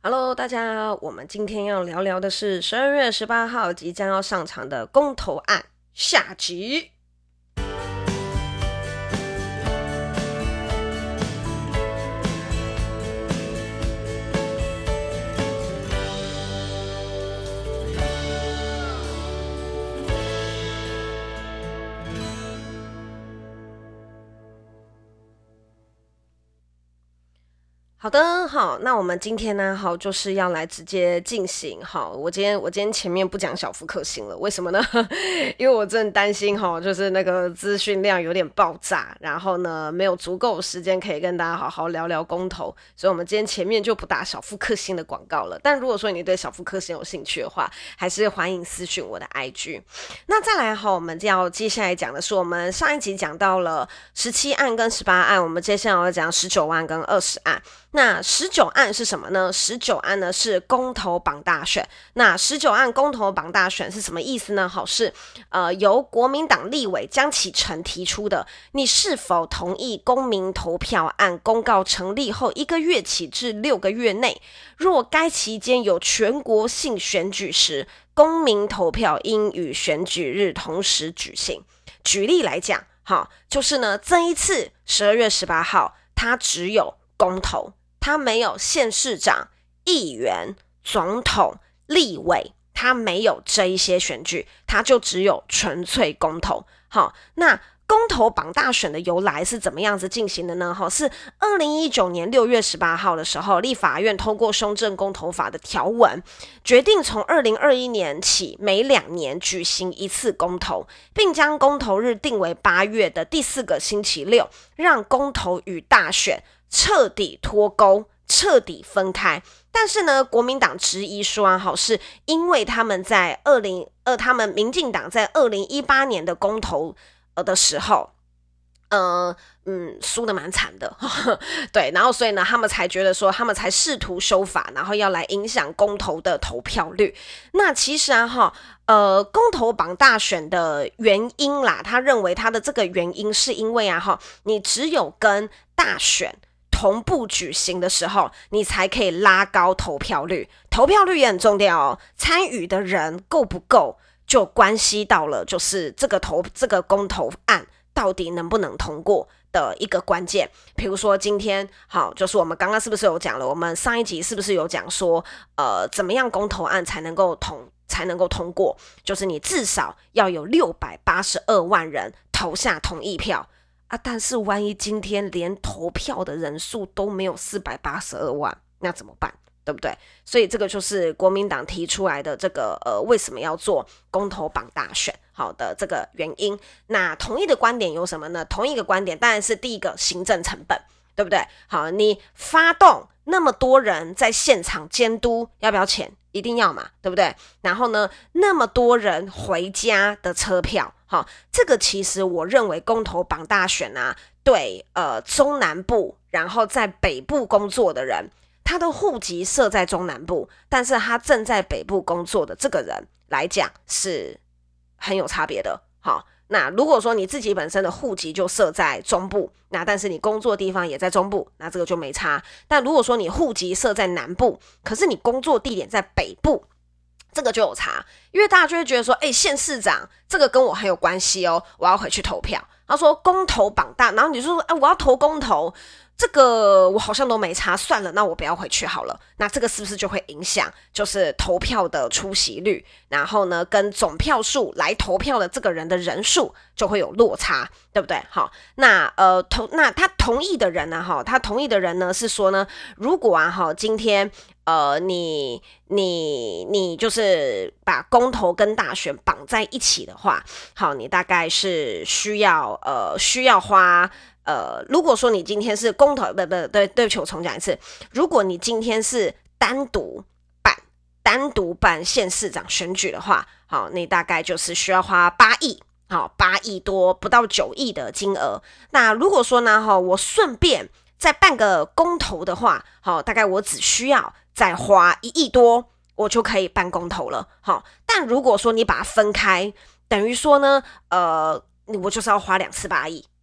Hello，大家，我们今天要聊聊的是12月18号即将要上场的公投案下集。好的，好，那我们今天呢，好，就是要来直接进行。好，我今天前面不讲小幅克星了，为什么呢？因为我真的担心哈，就是那个资讯量有点爆炸，然后呢，没有足够的时间可以跟大家好好聊聊公投，所以我们今天前面就不打小幅克星的广告了。但如果说你对小幅克星有兴趣的话，还是欢迎私讯我的 IG。那再来哈，我们要接下来讲的是我们上一集讲到了17案跟18案，我们接下来要讲19案跟20案。那19案是什么呢？19案呢是公投榜大选。那19案公投榜大选是什么意思呢？好，是由国民党立委江启臣提出的，你是否同意公民投票案公告成立后1个月起至6个月内，若该期间有全国性选举时，公民投票应与选举日同时举行。举例来讲，好，就是呢，这一次12月18号，它只有公投。他没有县市长、议员、总统、立委，他没有这一些选举，他就只有纯粹公投。好，那公投榜大选的由来是怎么样子进行的呢？是2019年6月18号的时候，立法院通过修正公投法的条文，决定从2021年起每2年举行一次公投，并将公投日定为8月的第4个星期六，让公投与大选彻底脱钩，彻底分开。但是呢，国民党质疑说是因为他们民进党在2018年的公投的时候，输得蛮惨的，对，然后所以呢，他们才觉得说，他们才试图修法，然后要来影响公投的投票率。那其实公投榜大选的原因啦，他认为他的这个原因是因为你只有跟大选同步举行的时候，你才可以拉高投票率。投票率也很重要哦，参与的人够不够，就关系到了就是这个公投案到底能不能通过的一个关键。比如说今天好，就是我们刚刚是不是有讲了，我们上一集是不是有讲说怎么样公投案才能够通过，就是你至少要有682万人投下同意票啊，但是万一今天连投票的人数都没有482万，那怎么办？对不对？所以这个就是国民党提出来的这个为什么要做公投榜大选好的这个原因。那同意的观点有什么呢？同一个观点当然是第一个行政成本，对不对？好，你发动那么多人在现场监督，要不要钱？一定要嘛，对不对？然后呢，那么多人回家的车票，这个其实我认为公投榜大选对中南部然后在北部工作的人，他的户籍设在中南部，但是他正在北部工作的这个人来讲是很有差别的。好，那如果说你自己本身的户籍就设在中部，那但是你工作地方也在中部，那这个就没差。但如果说你户籍设在南部，可是你工作地点在北部，这个就有差，因为大家就会觉得说，县市长这个跟我很有关系哦，我要回去投票。他说公投榜大，然后你就说，我要投公投，这个我好像都没差，算了，那我不要回去好了。那这个是不是就会影响就是投票的出席率，然后呢跟总票数来投票的这个人的人数就会有落差，对不对？好，那他同意的人呢他同意的人呢是说呢，如果今天你就是把公投跟大选绑在一起的话，好，你大概是需要花如果说你今天是公投，对不起，我重讲一次，如果你今天是单独办县市长选举的话，好，你大概就是需要花8亿。好，8亿多不到9亿的金额。那如果说呢我顺便再办个公投的话，好，大概我只需要再花1亿多，我就可以办公投了。好，但如果说你把它分开，等于说呢我就是要花2次8亿。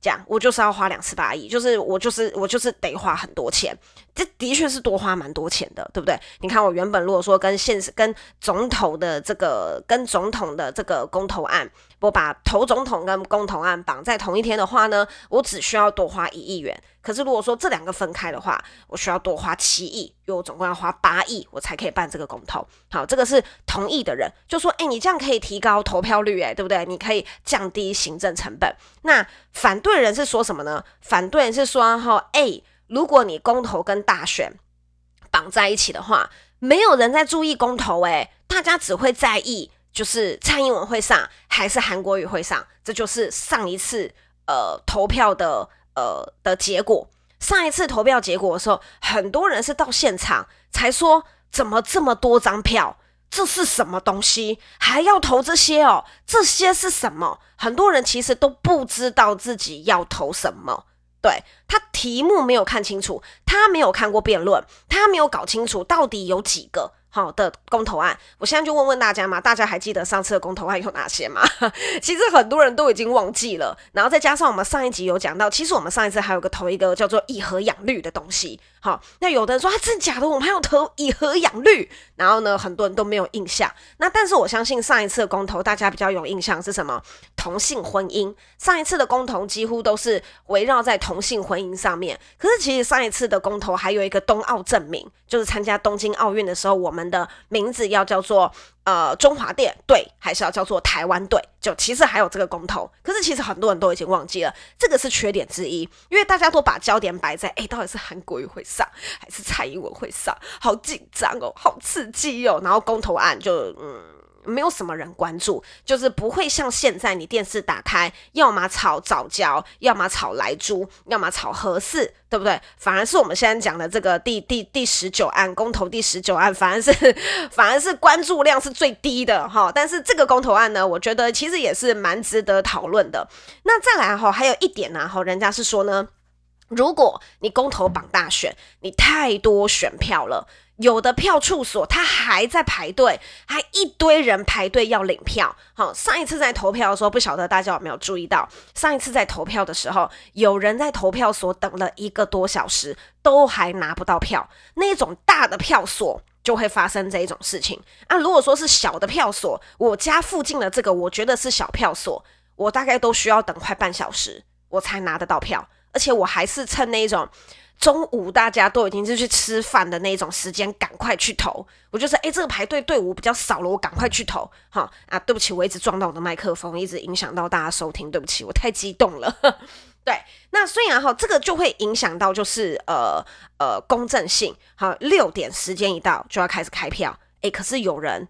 这样我就是要花2次8亿，就是我就是得花很多钱，这的确是多花蛮多钱的，对不对？你看我原本如果说跟总统的这个公投案，我把投总统跟公投案绑在同一天的话呢，我只需要多花1亿元。可是如果说这两个分开的话，我需要多花7亿，因为我总共要花8亿，我才可以办这个公投。好，这个是同意的人就说，你这样可以提高投票率，对不对？你可以降低行政成本。那反对人是说什么呢？反对人是说，如果你公投跟大选绑在一起的话，没有人在注意公投，大家只会在意就是蔡英文会上还是韩国瑜会上，这就是上一次投票的结果。上一次投票结果的时候，很多人是到现场才说，怎么这么多张票？这是什么东西？还要投这些哦？这些是什么？很多人其实都不知道自己要投什么。对，他题目没有看清楚，他没有看过辩论，他没有搞清楚到底有几个好的公投案。我现在就问大家嘛，大家还记得上次的公投案有哪些吗？其实很多人都已经忘记了。然后再加上我们上一集有讲到，其实我们上一次还有投一个叫做以核养绿的东西。好，那有的人说真的假的，我们还有投以核养绿，然后呢很多人都没有印象。那但是我相信上一次的公投大家比较有印象是什么？同性婚姻。上一次的公投几乎都是围绕在同性婚姻上面，可是其实上一次的公投还有一个冬奥证明，就是参加东京奥运的时候，我们的名字要叫做中华队还是要叫做台湾队，就其实还有这个公投，可是其实很多人都已经忘记了，这个是缺点之一，因为大家都把焦点摆在到底是韩国瑜会上还是蔡英文会上，好紧张哦，好刺激哦，然后公投案就没有什么人关注，就是不会像现在你电视打开，要么炒藻礁，要么炒莱猪，要么炒核四，对不对？反而是我们现在讲的这个第19案公投第19案，反而是关注量是最低的哈。但是这个公投案呢，我觉得其实也是蛮值得讨论的。那再来还有一点呢，人家是说呢，如果你公投绑大选，你太多选票了，有的票处所他还在排队，还一堆人排队要领票。上一次在投票的时候，不晓得大家有没有注意到，上一次在投票的时候，有人在投票所等了1个多小时，都还拿不到票。那种大的票所就会发生这一种事情如果说是小的票所，我家附近的这个我觉得是小票所，我大概都需要等快半小时我才拿得到票，而且我还是趁那种中午大家都已经是去吃饭的那种时间赶快去投。我就是这个排队队伍比较少了，我赶快去投。对不起，我一直撞到我的麦克风，一直影响到大家收听，对不起，我太激动了。对，那虽然这个就会影响到就是公正性。6点时间一到就要开始开票，可是有人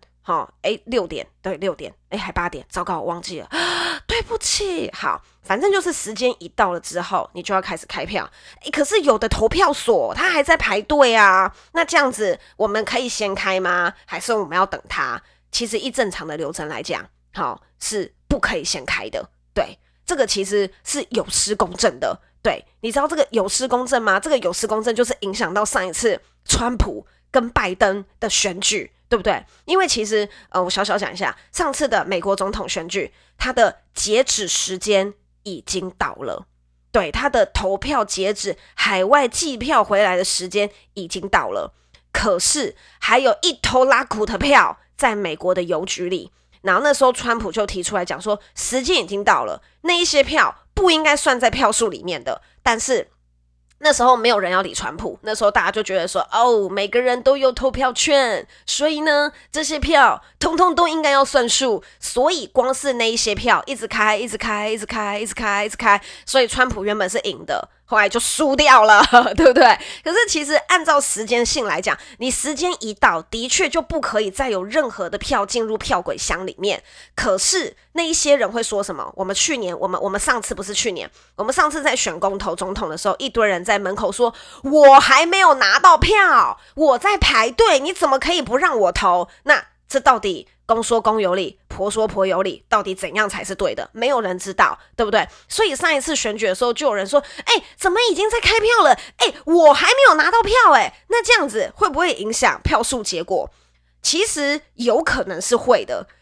6点，对，6点，还8点，糟糕，我忘记了，对不起。好，反正就是时间一到了之后，你就要开始开票。可是有的投票所他还在排队啊，那这样子我们可以先开吗？还是我们要等他？其实依正常的流程来讲，是不可以先开的。对，这个其实是有失公正的。对，你知道这个有失公正吗？这个有失公正就是影响到上一次川普跟拜登的选举，对不对？因为其实我小小讲一下，上次的美国总统选举，它的截止时间已经到了。对，它的投票截止，海外寄票回来的时间已经到了，可是还有一头拉苦的票在美国的邮局里。然后那时候川普就提出来讲说，时间已经到了，那一些票不应该算在票数里面的。但是那时候没有人要理川普，那时候大家就觉得说，每个人都有投票权，所以呢这些票通通都应该要算数，所以光是那一些票一直开，所以川普原本是赢的，后来就输掉了，对不对？可是其实按照时间性来讲，你时间一到，的确就不可以再有任何的票进入票轨箱里面。可是那一些人会说什么？我们上次不是去年，我们上次在选公投总统的时候，一堆人在门口说，我还没有拿到票，我在排队，你怎么可以不让我投？那这到底公说公有理，婆说婆有理，到底怎样才是对的？没有人知道，对不对？所以上一次选举的时候，就有人说，怎么已经在开票了？我还没有拿到票，那这样子会不会影响票数结果？其实有可能是会的，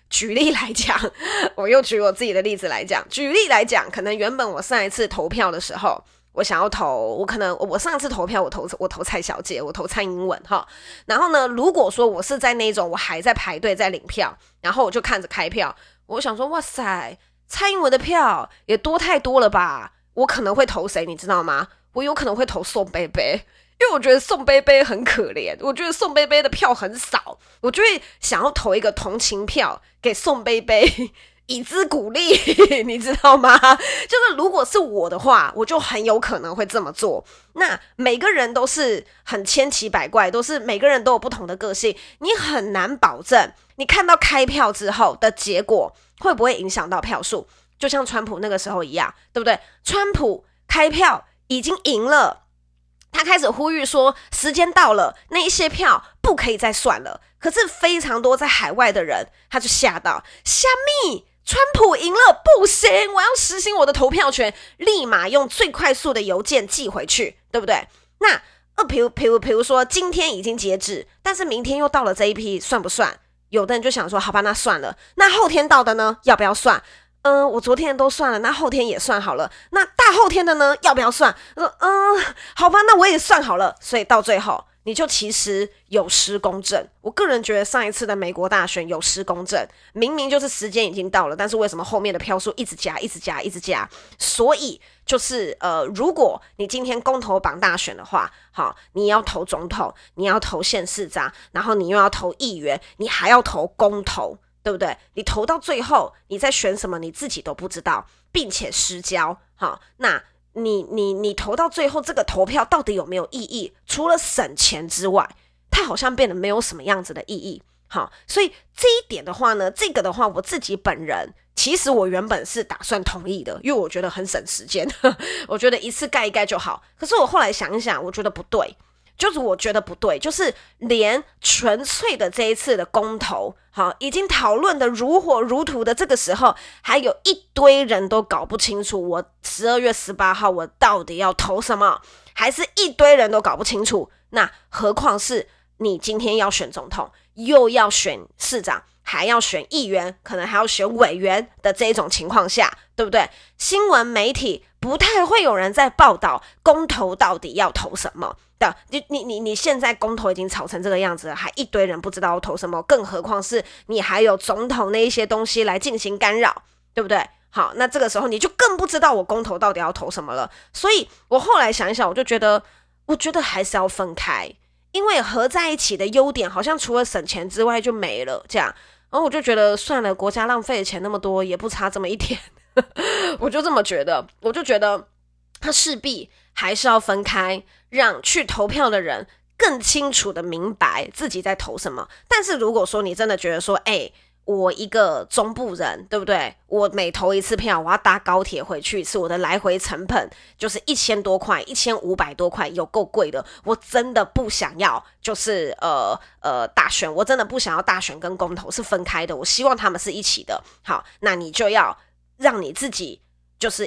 举例来讲，我又举我自己的例子来讲，举例来讲，可能原本我上一次投票的时候，我想要投，我上次投票我投蔡小姐，我投蔡英文哈。然后呢，如果说我是在那种我还在排队在领票，然后我就看着开票，我想说哇塞，蔡英文的票也多太多了吧？我可能会投谁，你知道吗？我有可能会投宋贝贝。因为我觉得宋贝贝很可怜，我觉得宋贝贝的票很少，我就会想要投一个同情票给宋贝贝，以资鼓励，你知道吗？就是如果是我的话，我就很有可能会这么做。那每个人都是很千奇百怪，都是每个人都有不同的个性，你很难保证你看到开票之后的结果会不会影响到票数，就像川普那个时候一样，对不对？川普开票已经赢了。他开始呼吁说时间到了，那一些票不可以再算了。可是非常多在海外的人他就吓到，虾米川普赢了不行，我要实行我的投票权，立马用最快速的邮件寄回去，对不对？那比如说今天已经截止，但是明天又到了这一批，算不算？有的人就想说好吧，那算了。那后天到的呢，要不要算？我昨天都算了，那后天也算好了。那大后天的呢，要不要算？好吧，那我也算好了。所以到最后，你就其实有失公正。我个人觉得上一次的美国大选有失公正，明明就是时间已经到了，但是为什么后面的票数一直加？所以就是如果你今天公投榜大选的话，好，你要投总统，你要投县市长，然后你又要投议员，你还要投公投。对不对？你投到最后，你在选什么，你自己都不知道，并且失焦。好，那你投到最后，这个投票到底有没有意义？除了省钱之外，它好像变得没有什么样子的意义。好，所以这一点的话呢，这个的话，我自己本人其实我原本是打算同意的，因为我觉得很省时间，我觉得一次盖一盖就好。可是我后来想一想，我觉得不对。就是我觉得不对，就是连纯粹的这一次的公投，好，已经讨论的如火如荼的这个时候，还有一堆人都搞不清楚我12月18号我到底要投什么，还是一堆人都搞不清楚。那何况是你今天要选总统，又要选市长，还要选议员，可能还要选委员的这一种情况下，对不对？新闻媒体不太会有人在报道公投到底要投什么的。你现在公投已经吵成这个样子了，还一堆人不知道要投什么，更何况是你还有总统那一些东西来进行干扰，对不对？好，那这个时候你就更不知道我公投到底要投什么了。所以我后来想一想，我觉得还是要分开，因为合在一起的优点好像除了省钱之外就没了，这样。然后我就觉得算了，国家浪费的钱那么多，也不差这么一点。我就这么觉得，我就觉得他势必还是要分开，让去投票的人更清楚的明白自己在投什么。但是如果说你真的觉得说，我一个中部人，对不对？我每投一次票，我要搭高铁回去一次，我的来回成本就是1000多块，1500多块，有够贵的。我真的不想要，就是大选，我真的不想要大选跟公投是分开的，我希望他们是一起的。好，那你就要让你自己就是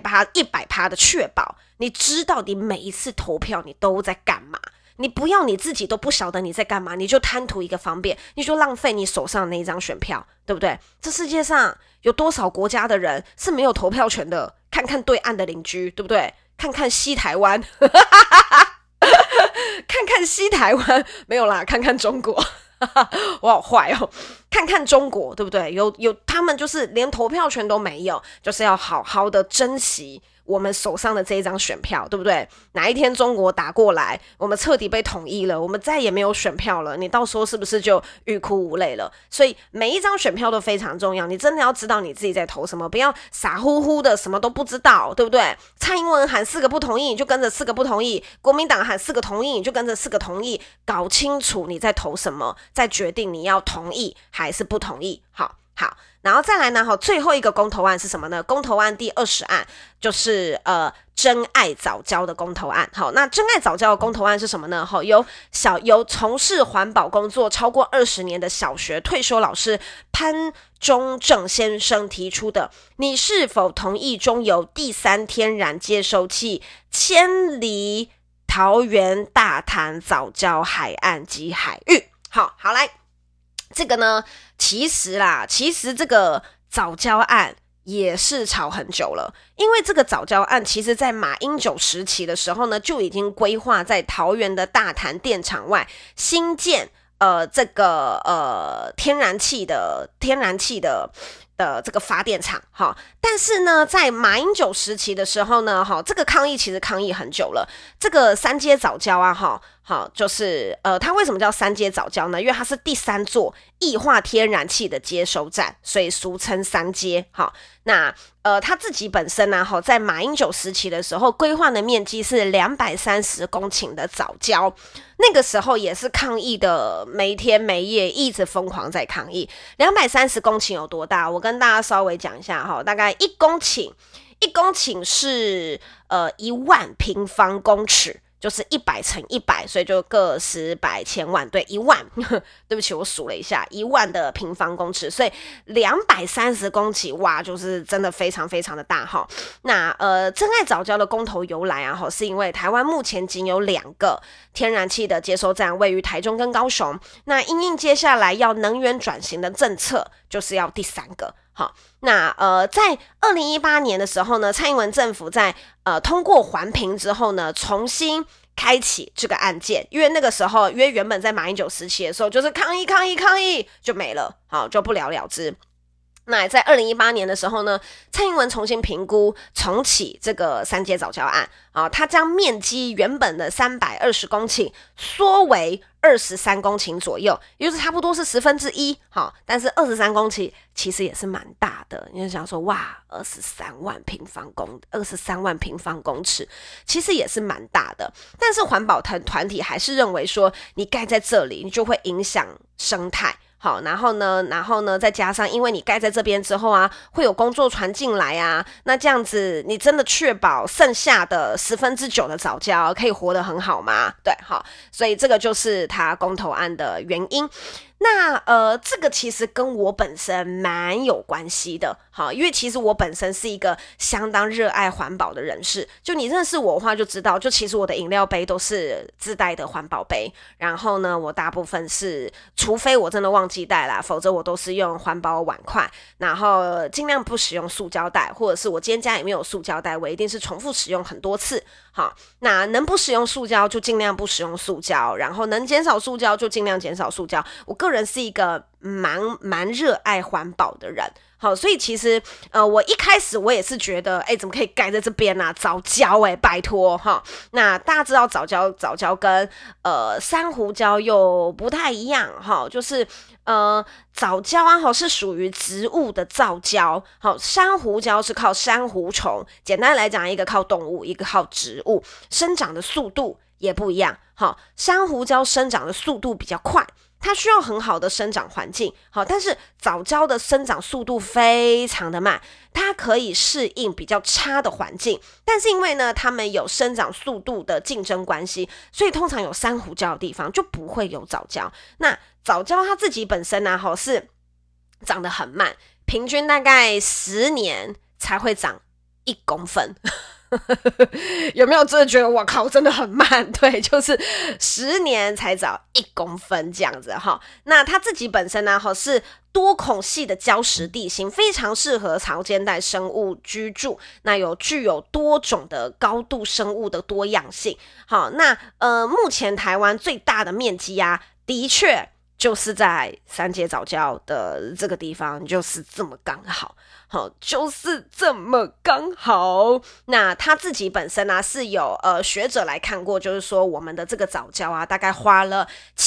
100%的确保，你知道你每一次投票你都在干嘛。你不要你自己都不晓得你在干嘛，你就贪图一个方便，你就浪费你手上的那一张选票，对不对？这世界上有多少国家的人是没有投票权的？看看对岸的邻居，对不对？看看西台湾看看西台湾，没有啦，看看中国我好坏哦，看看中国，对不对？有他们就是连投票权都没有，就是要好好的珍惜我们手上的这一张选票，对不对？哪一天中国打过来，我们彻底被统一了，我们再也没有选票了，你到时候是不是就欲哭无泪了？所以每一张选票都非常重要，你真的要知道你自己在投什么，不要傻乎乎的什么都不知道，对不对？蔡英文喊4个不同意，你就跟着4个不同意；国民党喊4个同意，你就跟着4个同意。搞清楚你在投什么，再决定你要同意还是不同意。好，然后再来呢，最后一个公投案是什么呢？公投案第20案就是真爱早教的公投案。好，那真爱早教的公投案是什么呢？由从事环保工作超过20年的小学退休老师潘中正先生提出的，你是否同意中油第3天然接收器迁离桃园大潭早教海岸及海域？好来。 这个呢，其实这个藻礁案也是吵很久了，因为这个藻礁案其实在马英九时期的时候呢，就已经规划在桃园的大潭电厂外新建这个天然气的这个发电厂哈，但是呢，在马英九时期的时候呢，哈，这个抗议其实抗议很久了。这个三接藻礁啊，哈，好，就是它为什么叫三接藻礁呢？因为它是第3座液化天然气的接收站，所以俗称三接。好，那它自己本身呢，哈，在马英九时期的时候，规划的面积是230公顷的藻礁。那个时候也是抗议的，没天没夜一直疯狂在抗议。230公顷有多大？我跟大家稍微讲一下哈，大概1公顷是10000平方公尺。就是100乘100，所以就个十百千万，对，1万，对不起，我数了一下，1万的平方公尺，所以230公顷，哇，就是真的非常非常的大哈。那真爱藻礁的公投由来啊，是因为台湾目前仅有2个天然气的接收站位于台中跟高雄，那因应接下来要能源转型的政策，就是要第3个。好，那在2018年的时候呢，蔡英文政府在通过环评之后呢，重新开启这个案件，因为那个时候，因为原本在马英九时期的时候，就是抗议就没了，好，就不了了之。那在2018年的时候呢，蔡英文重新评估重启这个三接藻礁案啊，它将面积原本的320公顷缩为23公頃左右，也就是差不多是1/10。好，但是23公顷其实也是蛮大的。你就想说，哇，23万平方公尺，其实也是蛮大的。但是环保团体还是认为说，你盖在这里，你就会影响生态。好，然后呢，再加上因为你盖在这边之后啊，会有工作船进来啊，那这样子你真的确保剩下的9%的藻礁可以活得很好吗？对，好，所以这个就是它公投案的原因。那这个其实跟我本身蛮有关系的，好，因为其实我本身是一个相当热爱环保的人士，就你认识我的话就知道，就其实我的饮料杯都是自带的环保杯，然后呢，我大部分是，除非我真的忘记带啦，否则我都是用环保碗筷，然后尽量不使用塑胶袋，或者是我今天家里面有塑胶袋，我一定是重复使用很多次。好，那能不使用塑胶就尽量不使用塑胶，然后能减少塑胶就尽量减少塑胶。我个人是一个蛮热爱环保的人。好，所以其实我一开始我也是觉得，怎么可以盖在这边啊？藻礁拜托哈。那大家知道藻礁跟珊瑚礁又不太一样哈，就是藻礁啊是属于植物的造礁，好，珊瑚礁是靠珊瑚虫。简单来讲，一个靠动物，一个靠植物，生长的速度也不一样。好，珊瑚礁生长的速度比较快。它需要很好的生长环境，好，但是藻礁的生长速度非常的慢，它可以适应比较差的环境，但是因为呢，它们有生长速度的竞争关系，所以通常有珊瑚礁的地方就不会有藻礁。那藻礁它自己本身呢，是长得很慢，平均大概10年才会长1公分。有没有真的觉得我靠真的很慢？对，就是10年才长1公分这样子哈。那它自己本身呢是多孔隙的礁石地形，非常适合潮间带生物居住，那具有多种的高度生物的多样性。好，那目前台湾最大的面积啊，的确就是在三接藻礁的这个地方，就是这么刚好。好，就是这么刚好。那他自己本身啊是有学者来看过，就是说我们的这个藻礁啊，大概花了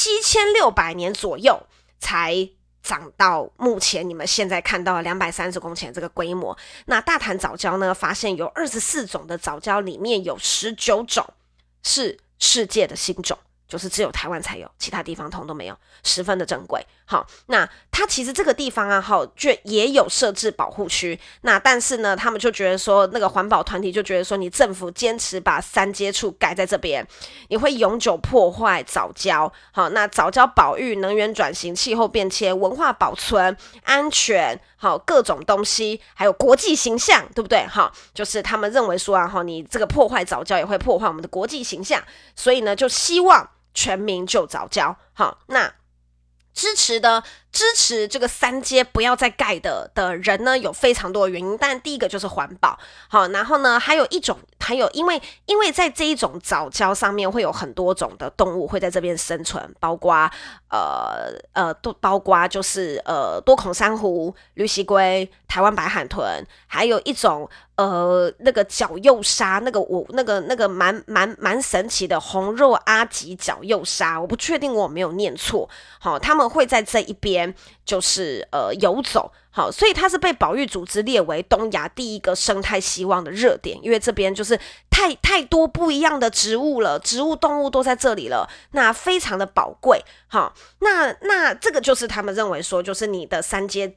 7600年左右才长到目前你们现在看到的230公顷这个规模。那大潭藻礁呢，发现有24种的藻礁，里面有19种是世界的新种。就是只有台湾才有，其他地方通都没有，十分的珍贵。好，那它其实这个地方啊，就也有设置保护区。那但是呢，他们就觉得说，那个环保团体就觉得说，你政府坚持把三接处盖在这边，你会永久破坏藻礁。好，那藻礁保育、能源转型、气候变迁、文化保存、安全，好，各种东西，还有国际形象，对不对？好，就是他们认为说啊，你这个破坏藻礁也会破坏我们的国际形象，所以呢，就希望全民救藻礁。好，那支持的支持这个三接不要再盖的人呢，有非常多的原因。但第一个就是环保，好，然后呢，还有因为在这一种藻礁上面会有很多种的动物会在这边生存，包括就是多孔珊瑚、绿蜥龟、台湾白海豚，还有一种那个角幼鲨，那个蛮神奇的红肉阿吉角幼鲨，我不确定我有没有念错。好，他们会在这一边就是游走。好，所以它是被保育组织列为东亚第一个生态希望的热点，因为这边就是太多不一样的植物了，植物动物都在这里了，那非常的宝贵。好，那这个就是他们认为说，就是你的三阶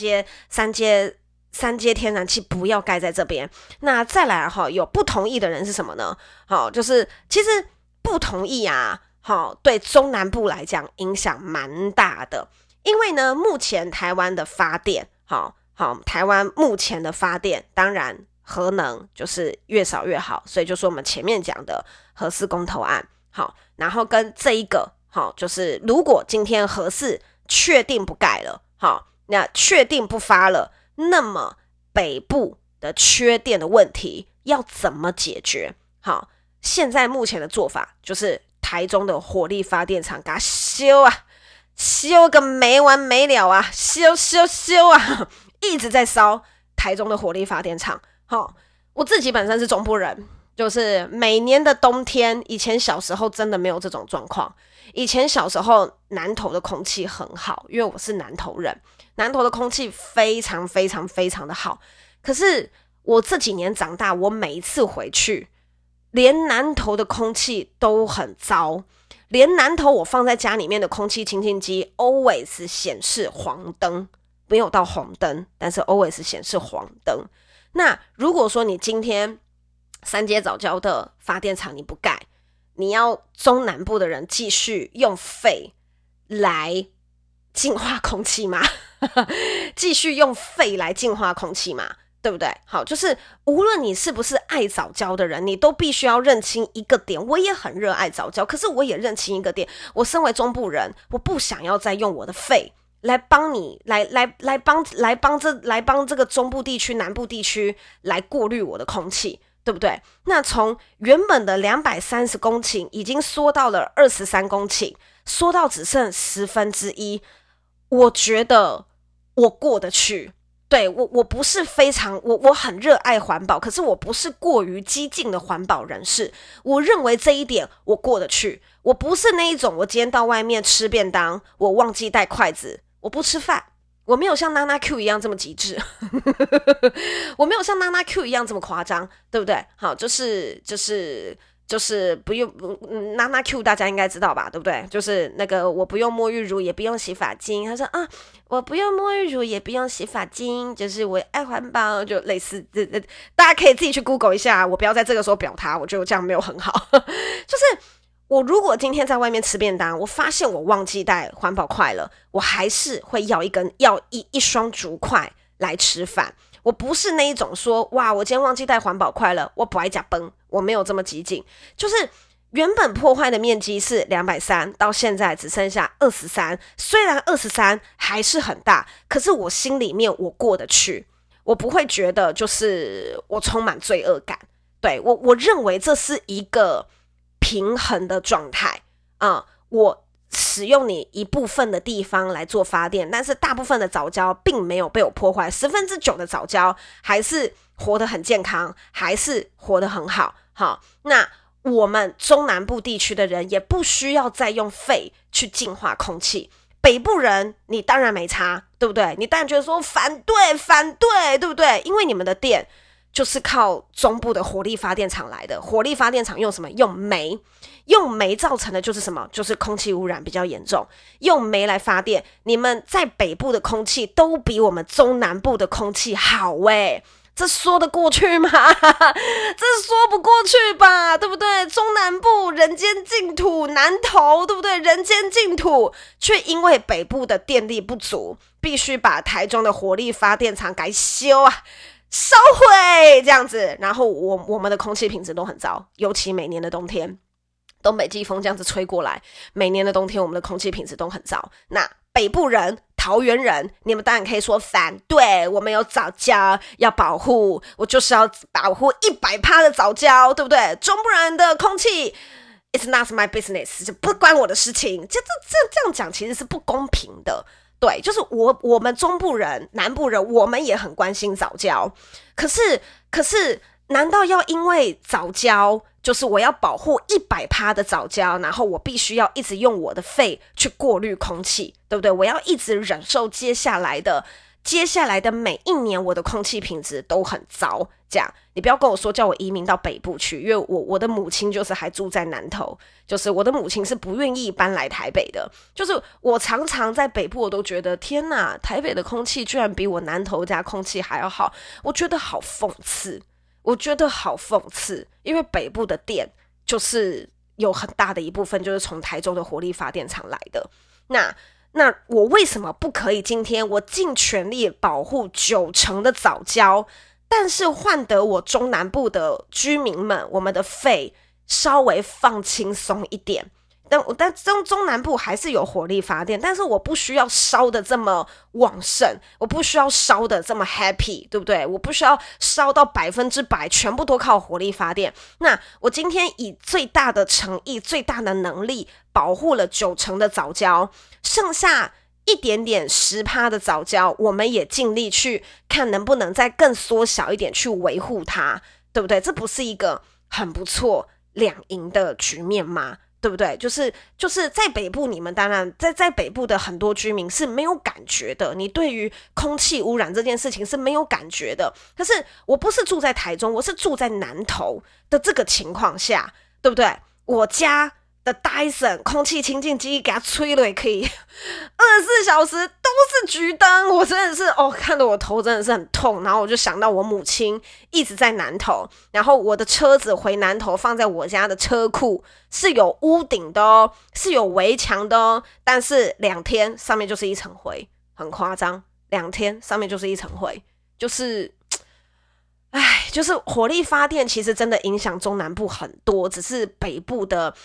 天然气不要盖在这边。那再来有不同意的人是什么呢？好，就是其实不同意啊，对中南部来讲影响蛮大的。因为呢，目前台湾的发电，台湾目前的发电，当然核能就是越少越好，所以就是我们前面讲的核四公投案，好，然后跟这一个，就是如果今天核四确定不盖了，那确定不发了，那么北部的缺电的问题要怎么解决？好，现在目前的做法就是台中的火力发电厂给它修个没完没了啊，修啊，一直在烧台中的火力发电厂。我自己本身是中部人，就是每年的冬天，以前小时候真的没有这种状况。以前小时候南投的空气很好，因为我是南投人，南投的空气非常非常非常的好。可是我这几年长大，我每一次回去，连南投的空气都很糟。连南投我放在家里面的空气清净机 always 显示黄灯，没有到红灯，但是 always 显示黄灯。那如果说你今天三接藻礁的发电厂你不盖，你要中南部的人继续用肺来净化空气吗？继续用肺来净化空气吗？对不对？好，就是无论你是不是爱藻礁的人，你都必须要认清一个点。我也很热爱藻礁，可是我也认清一个点，我身为中部人，我不想要再用我的肺来帮你，来帮这个中部地区、南部地区来过滤我的空气，对不对？那从原本的230公顷已经缩到了23公顷，缩到只剩1/10，我觉得我过得去。对，我不是非常我很热爱环保，可是我不是过于激进的环保人士。我认为这一点我过得去。我不是那一种我今天到外面吃便当，我忘记带筷子，我不吃饭。我没有像娜娜 Q 一样这么极致，我没有像娜娜 Q 一样这么夸张，对不对？好，就是不用娜娜 Q 大家应该知道吧，对不对？就是那个我不用沐浴乳也不用洗发精，他说啊，我不用沐浴乳也不用洗发精，就是我爱环保，就类似大家可以自己去 Google 一下，我不要在这个时候表他，我觉得这样没有很好。就是我如果今天在外面吃便当，我发现我忘记带环保筷了，我还是会要一双竹筷来吃饭。我不是那一种说哇，我今天忘记带环保筷了，我不爱夹崩，我没有这么激进。就是原本破坏的面积是230，到现在只剩下23。虽然23还是很大，可是我心里面我过得去，我不会觉得就是我充满罪恶感。对，我认为这是一个平衡的状态。我使用你一部分的地方来做发电，但是大部分的藻礁并没有被我破坏，9%的藻礁还是活得很健康，还是活得很好。好，那我们中南部地区的人也不需要再用肺去净化空气。北部人你当然没差，对不对？你当然觉得说反对，对不对？因为你们的电就是靠中部的火力发电厂来的，火力发电厂用什么？用煤造成的就是什么？就是空气污染比较严重。用煤来发电，你们在北部的空气都比我们中南部的空气好这说得过去吗？这说不过去吧，对不对？中南部人间净土，南投，对不对？人间净土，却因为北部的电力不足，必须把台中的火力发电厂给烧毁这样子，然后我们的空气品质都很糟，尤其每年的冬天，东北季风这样子吹过来，每年的冬天我们的空气品质都很糟。那北部人桃园人，你们当然可以说反对，我们有藻礁要保护，我就是要保护100%的藻礁，对不对？中部人的空气 it's not my business， 就不关我的事情，这样讲其实是不公平的。对，就是我们中部人、南部人，我们也很关心藻礁，可是，难道要因为藻礁，就是我要保护100%的藻礁，然后我必须要一直用我的肺去过滤空气，对不对？我要一直忍受接下来的每一年我的空气品质都很糟，这样你不要跟我说叫我移民到北部去，因为我的母亲就是还住在南投，就是我的母亲是不愿意搬来台北的，就是我常常在北部我都觉得天哪，台北的空气居然比我南投家空气还要好，我觉得好讽刺，因为北部的电就是有很大的一部分就是从台中的火力发电厂来的，那我为什么不可以今天我尽全力保护90%的藻礁，但是换得我中南部的居民们，我们的肺稍微放轻松一点？但中南部还是有火力发电，但是我不需要烧的这么旺盛，我不需要烧的这么 happy， 对不对？我不需要烧到100%全部都靠火力发电。那我今天以最大的诚意、最大的能力保护了90%的藻礁，剩下一点点10%的藻礁，我们也尽力去看能不能再更缩小一点去维护它，对不对？这不是一个很不错两赢的局面吗？对不对？就是在北部，你们当然在北部的很多居民是没有感觉的，你对于空气污染这件事情是没有感觉的。可是我不是住在台中，我是住在南投的这个情况下，对不对？我家的 Dyson 空气清净机给它吹了也可以24小时都是橘灯，我真的是看得我头真的是很痛，然后我就想到我母亲一直在南投，然后我的车子回南投放在我家的车库是有屋顶的哦，是有围墙的哦，但是2天上面就是一层灰，很夸张，2天上面就是一层灰，就是火力发电其实真的影响中南部很多，只是北部的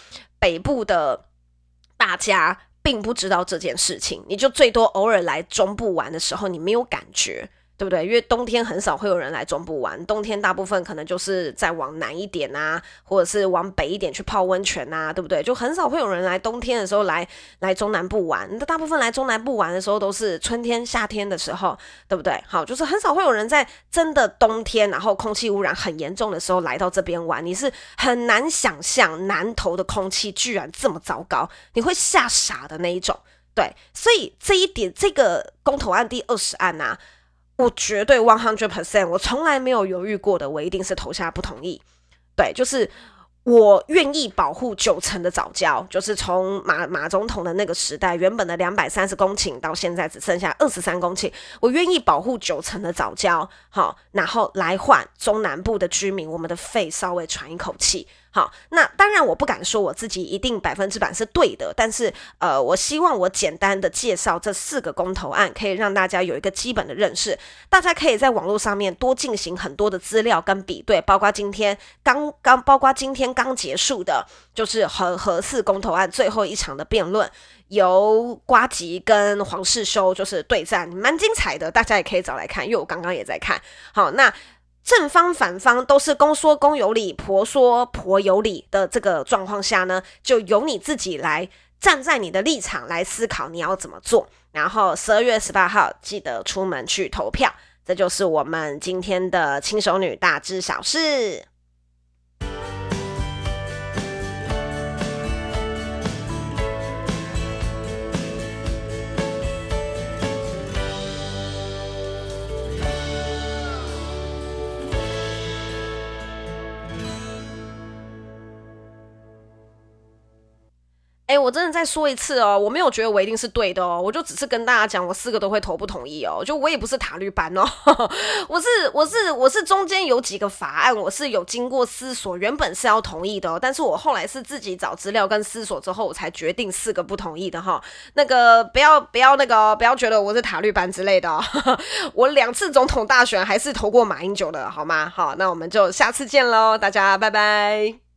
大家并不知道这件事情，你就最多偶尔来中部玩的时候你没有感觉，对不对？因为冬天很少会有人来中部玩，冬天大部分可能就是再往南一点啊，或者是往北一点去泡温泉啊，对不对？就很少会有人来冬天的时候来中南部玩，大部分来中南部玩的时候都是春天夏天的时候，对不对？好，就是很少会有人在真的冬天然后空气污染很严重的时候来到这边玩，你是很难想象南投的空气居然这么糟糕，你会吓傻的那一种。对，所以这一点，这个公投案第20案啊，我绝对 100%， 我从来没有犹豫过的，我一定是投下不同意。对，就是我愿意保护90%的藻礁，就是从马总统的那个时代，原本的230公顷到现在只剩下23公顷，我愿意保护90%的藻礁，好，然后来换中南部的居民，我们的肺稍微喘一口气。好，那当然我不敢说我自己一定100%是对的，但是我希望我简单的介绍这4个公投案，可以让大家有一个基本的认识，大家可以在网络上面多进行很多的资料跟比对，包括今天刚结束的就是核4公投案最后一场的辩论，由呱吉跟黄世修就是对战，蛮精彩的，大家也可以找来看，因为我刚刚也在看。好，那正方反方都是公说公有理，婆说婆有理的这个状况下呢，就由你自己来站在你的立场来思考你要怎么做，然后12月18号记得出门去投票，这就是我们今天的轻熟女大知小事。我真的再说一次哦，我没有觉得我一定是对的哦，我就只是跟大家讲我4个都会投不同意哦，就我也不是塔绿班哦，我是中间有几个法案我是有经过思索，原本是要同意的哦，但是我后来是自己找资料跟思索之后我才决定4个不同意的哈，那个不要觉得我是塔绿班之类的哦，我2次总统大选还是投过马英九的好吗？好，那我们就下次见咯，大家拜拜。